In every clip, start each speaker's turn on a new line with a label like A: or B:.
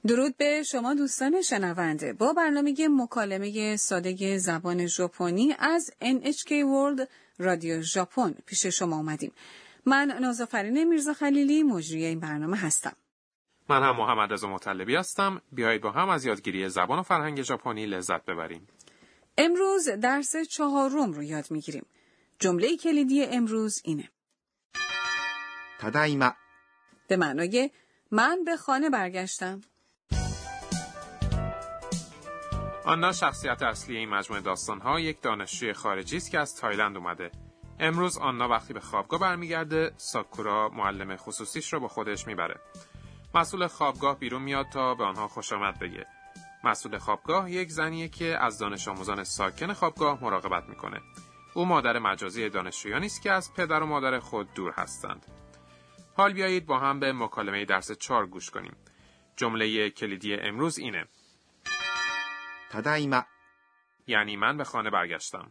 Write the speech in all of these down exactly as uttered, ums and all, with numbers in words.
A: درود به شما دوستان شنونده. با برنامه مکالمه ساده زبان ژاپنی از ان اچ کی World رادیو ژاپن پیش شما اومدیم. من نازافرین میرزا خلیلی مجری این برنامه هستم.
B: من هم محمد رضا مطلبی هستم. بیایید با هم از یادگیری زبان و فرهنگ ژاپنی لذت ببریم.
A: امروز درس چهارم رو یاد میگیریم. جمله کلیدی امروز اینه:
C: تادایما،
A: به معنای من به خانه برگشتم.
B: آنا شخصیت اصلی این مجموعه داستان‌ها یک دانشجوی خارجی است که از تایلند اومده. امروز آنا وقتی به خوابگاه برمیگرده، ساکورا معلم خصوصیش رو با خودش میبره. مسئول خوابگاه بیرون میاد تا به آنها خوش آمد بگه. مسئول خوابگاه یک زنیه که از دانش آموزان ساکن خوابگاه مراقبت میکنه. او مادر مجازی دانشجویانی است که از پدر و مادر خود دور هستند. حال بیایید با هم به مکالمه درس چهار گوش کنیم. جمله کلیدی امروز اینه:
C: تادایما،
B: یعنی من به خانه برگشتم.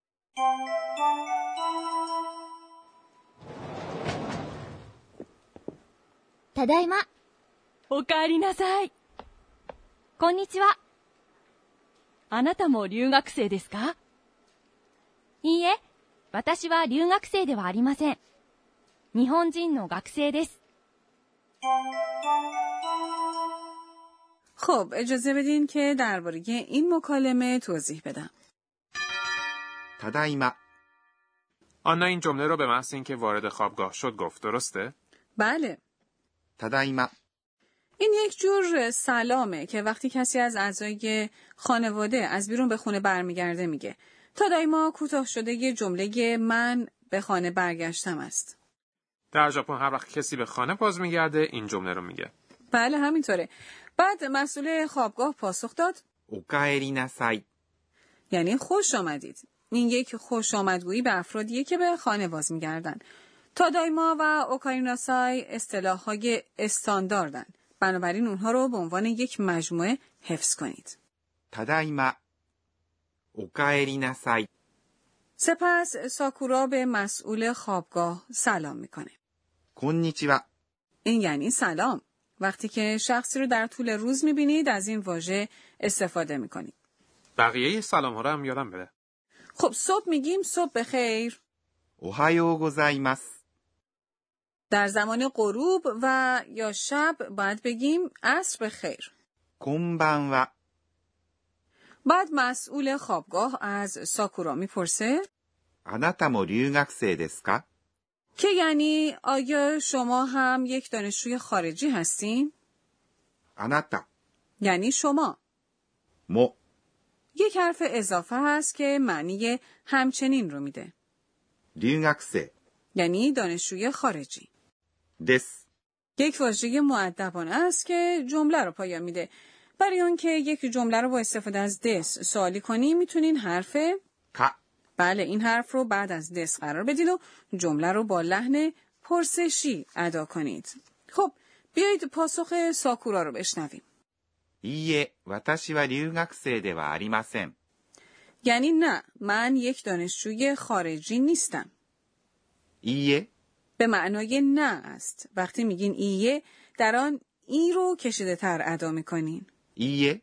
D: ただいま。おかえりなさい。こんにちは。あなたも留学生ですか？いいえ、私は留学生ではありません。日本人の学生です。
A: خب اجازه بدین که درباره این مکالمه توضیح بدم.
C: ただいま
B: آنا این جمله رو به محض اینکه وارد خوابگاه شد گفت، درسته؟
A: بله.
C: ただいま
A: این یک جور سلامه که وقتی کسی از اعضای خانواده از بیرون به خونه برمیگرده میگه. تادایما کوتاه شده یه جمله من به خانه برگشتم است.
B: در ژاپن هر وقت کسی به خانه باز میگرده این جمله رو میگه.
A: بله همینطوره. بعد مسئول خوابگاه پاسخ داد:
C: おかえりなさい
A: یعنی خوش آمدید. این یک خوش آمدگویی به افرادیه که به خانه باز میگردن. تادایما و اوکایناسای اصطلاح‌های استانداردن. بنابراین اونها رو به عنوان یک مجموعه حفظ کنید.
C: ただいま おかえりなさい
A: سپس ساکورا به مسئول خوابگاه سلام میکنه.
C: こんにちは
A: این یعنی سلام. وقتی که شخصی رو در طول روز میبینید از این واژه استفاده میکنید.
B: بقیه سلام ها رو هم یادم بده.
A: خب صبح میگیم صبح بخیر.
C: おはようございます
A: در زمان غروب و یا شب باید بگیم عصر بخیر.
C: こんばんは
A: بعد مسئول خوابگاه از ساکورا میپرسه:
C: あなたも留学生ですか
A: که یعنی آیا شما هم یک دانشجوی خارجی هستین؟
C: あなた
A: یعنی شما.
C: も
A: یک حرف اضافه هست که معنی همچنین رو میده.
C: 留学生
A: یعنی دانشجوی خارجی.
C: です
A: یک واژه مؤدبانه است که جمله رو پایان میده. برای اون که یک جمله رو با استفاده از دس سوالی کنی میتونین حرف
C: か
A: بله این حرف رو بعد از دس قرار بدید و جمله رو با لحن پرسشی ادا کنید. خب بیایید پاسخ ساکورا رو بشنویم.
C: いいえ、私は留学生ではありません
A: یعنی نه، من یک دانشجوی خارجی نیستم.
C: いいえ
A: به معنای نه است. وقتی میگین ایه در آن ای رو کشیده تر ادا میکنین.
C: いいえ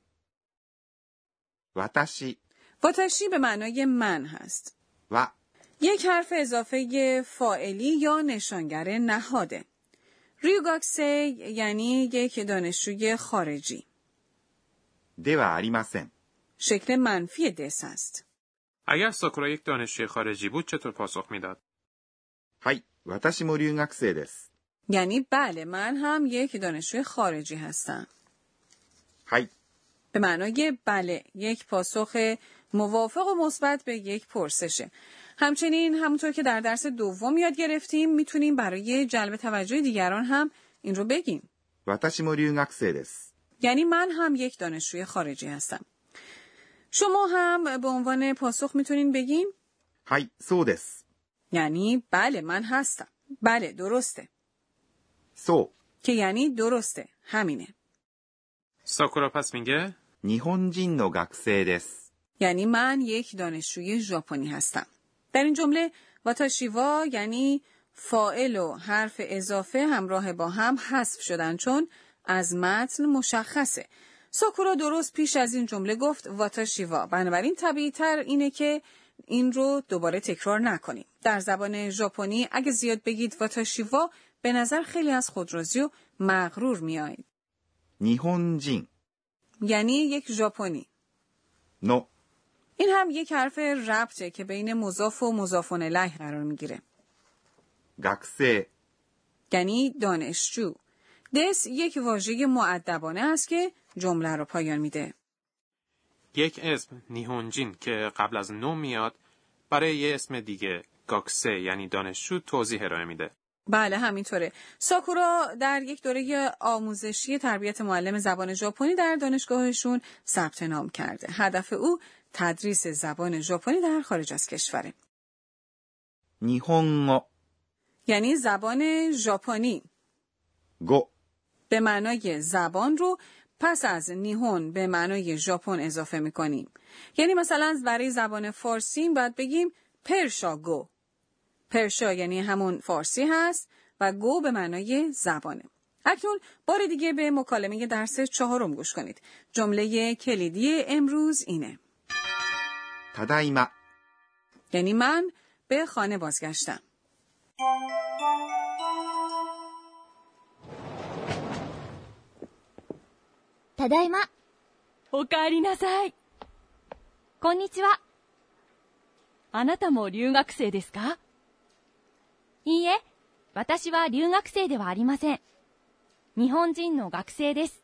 C: 私
A: واتاشی به معنای من هست.
C: は
A: یک حرف اضافه فاعلی یا نشانگر نهاده. ریوگاکسه یعنی یک دانشجوی خارجی.
C: ではありません
A: شکل منفی دس است.
B: اگر ساکورا یک دانشجوی خارجی بود چطور پاسخ میداد؟
C: はい、私も留学生です
A: یعنی بله من هم یک دانشجوی خارجی هستم.
C: はい
A: به معنای بله یک پاسخ موافق و مثبت به یک پرسشه. همچنین همونطور که در درس دوم یاد گرفتیم میتونیم برای جلب توجه دیگران هم این رو بگیم.
C: 私も留学生です
A: یعنی من هم یک دانشجوی خارجی هستم. شما هم به عنوان پاسخ میتونین بگین
C: はい、そうです
A: یعنی بله من هستم. بله درسته.
C: そう
A: که یعنی درسته. همینه.
B: ساکورا پس میگه
C: 日本人の学生です
A: یعنی من یک دانشجوی ژاپنی هستم. در این جمله واتاشیوا یعنی فاعل و حرف اضافه همراه با هم حذف شدن چون از متن مشخصه. ساکورا درست پیش از این جمله گفت واتاشی وا. بنابراین طبیعی تر اینه که این رو دوباره تکرار نکنیم. در زبان ژاپنی اگه زیاد بگید واتاشی وا به نظر خیلی از خودرازی و مغرور میایید.
C: نیهونجین
A: یعنی یک ژاپنی.
C: نو
A: این هم یک حرف ربطه که بین مضاف و مضاف الیه قرار میگیره.
C: گاکسه
A: یعنی دانشجو. دس یک واژه مؤدبانه است که جمله رو پایان میده.
B: یک اسم نیهونجین که قبل از نو میاد برای یه اسم دیگه گاکسه یعنی دانشجو توضیح ارائه میده.
A: بله همینطوره. ساکورا در یک دوره آموزشی تربیت معلم زبان ژاپنی در دانشگاهشون ثبت نام کرده. هدف او تدریس زبان ژاپنی در خارج از کشوره.
C: نیهونگو
A: یعنی زبان ژاپنی.
C: گو
A: به معنای زبان رو پس از نیهون به معنای ژاپن اضافه میکنیم. یعنی مثلا برای زبان فارسی باید بگیم پرشا گو. پرشا یعنی همون فارسی هست و گو به معنای زبانه. اکنون بار دیگه به مکالمه درس چهارم گوش کنید. جمله کلیدی امروز اینه.
C: تادایما
A: یعنی من به خانه بازگشتم.
D: تادایماおかえりなさいこんにちはあなたも留学生ですかいいえ私は留学生ではありません日本人の学生です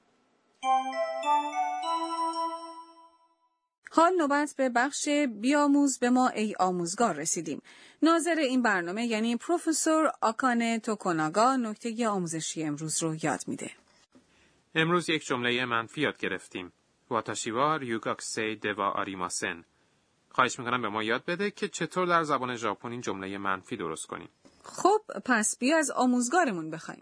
A: حال نوبت به بخش بیاموز به ما ای آموزگار رسیدیم. ناظر این برنامه یعنی پروفسور آکانه توکوناگا نکته آموزشی امروز رو یاد میده.
B: امروز یک جمله منفی یاد گرفتیم. واتاشی وا ریوگاکسei de wa arimasen. خواهش میکنم به ما یاد بده که چطور در زبان ژاپنی جمله منفی درست کنیم.
A: خب پس بیا از آموزگارمون بخوایم.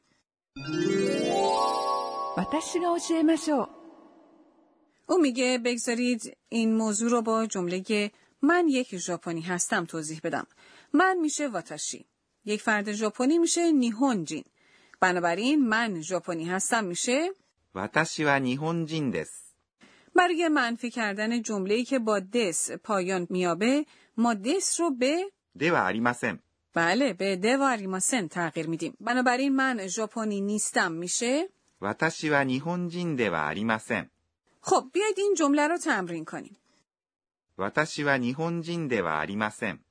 E: 私が教えましょう
A: او میگه بگذارید این موضوع رو با جمله من یک ژاپنی هستم توضیح بدم. من میشه واتاشی. یک فرد ژاپنی میشه نیهونجین. بنابراین من ژاپنی هستم میشه
C: 私は日本人です
A: برای منفی کردن جمله‌ای که با دس پایان میابه ما دس رو به
C: ではありません
A: بله به د و آریماسن تغییر میدیم. بنابراین من ژاپنی نیستم میشه
C: 私は日本人ではありません
A: خب بیاید این جمله رو تمرین کنیم.
C: 私は日本人ではありません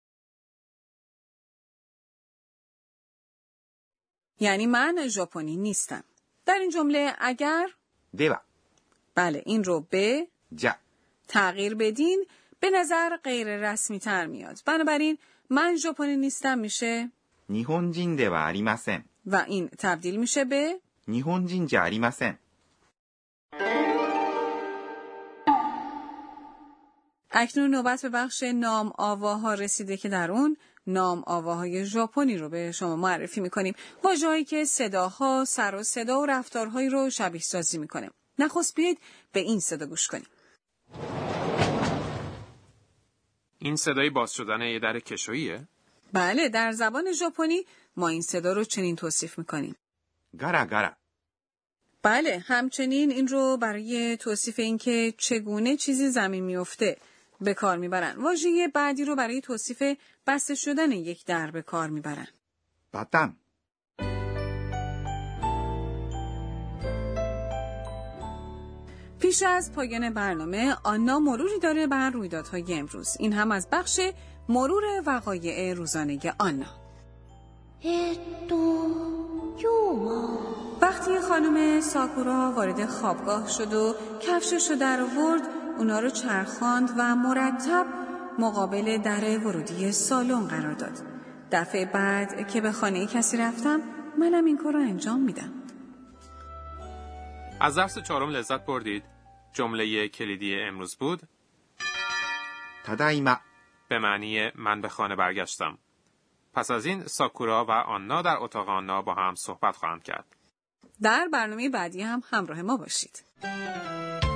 A: یعنی من ژاپنی نیستم. در این جمله اگر
C: では
A: بله این رو به
C: じゃ
A: تغییر بدین به نظر غیر رسمی تر میاد. بنابراین من ژاپنی نیستم میشه
C: 日本人ではありません
A: و این تبدیل میشه به
C: 日本人じゃありません
A: اکنون نوبت به بخش نام آواها رسیده که در اون نام آواهای ژاپنی رو به شما معرفی میکنیم. واژه‌هایی که صداها، سر و صدا و رفتارهایی رو شبیه سازی میکنه. نخست بیاید به این صدا گوش کنیم.
B: این صدای باز شدن یه در کشوییه؟
A: بله در زبان ژاپنی ما این صدا رو چنین توصیف میکنیم.
C: ガラガラ
A: بله همچنین این رو برای توصیف اینکه چگونه چیزی زمین میفته به کار میبرن. واژه بعدی رو برای توصیف بسته شدن یک در به کار میبرن.
C: バタン
A: پیش از پایان برنامه آنا مروری داره بر رویدادهای امروز. این هم از بخش مرور وقایع روزانه آنا.
D: えっと今日は
A: وقتی خانم ساکورا وارد خوابگاه شد و کفشش رو در آورد اونا رو چرخاند و مرتب مقابل در ورودی سالن قرار داد. دفعه بعد که به خانه کسی رفتم منم این کار رو انجام میدم.
B: از درس چهارم لذت بردید؟ جمله کلیدی امروز بود
C: ただいま
B: به معنی من به خانه برگشتم. پس از این ساکورا و آنا در اتاق آنا با هم صحبت خواهند کرد.
A: در برنامه بعدی هم همراه ما باشید.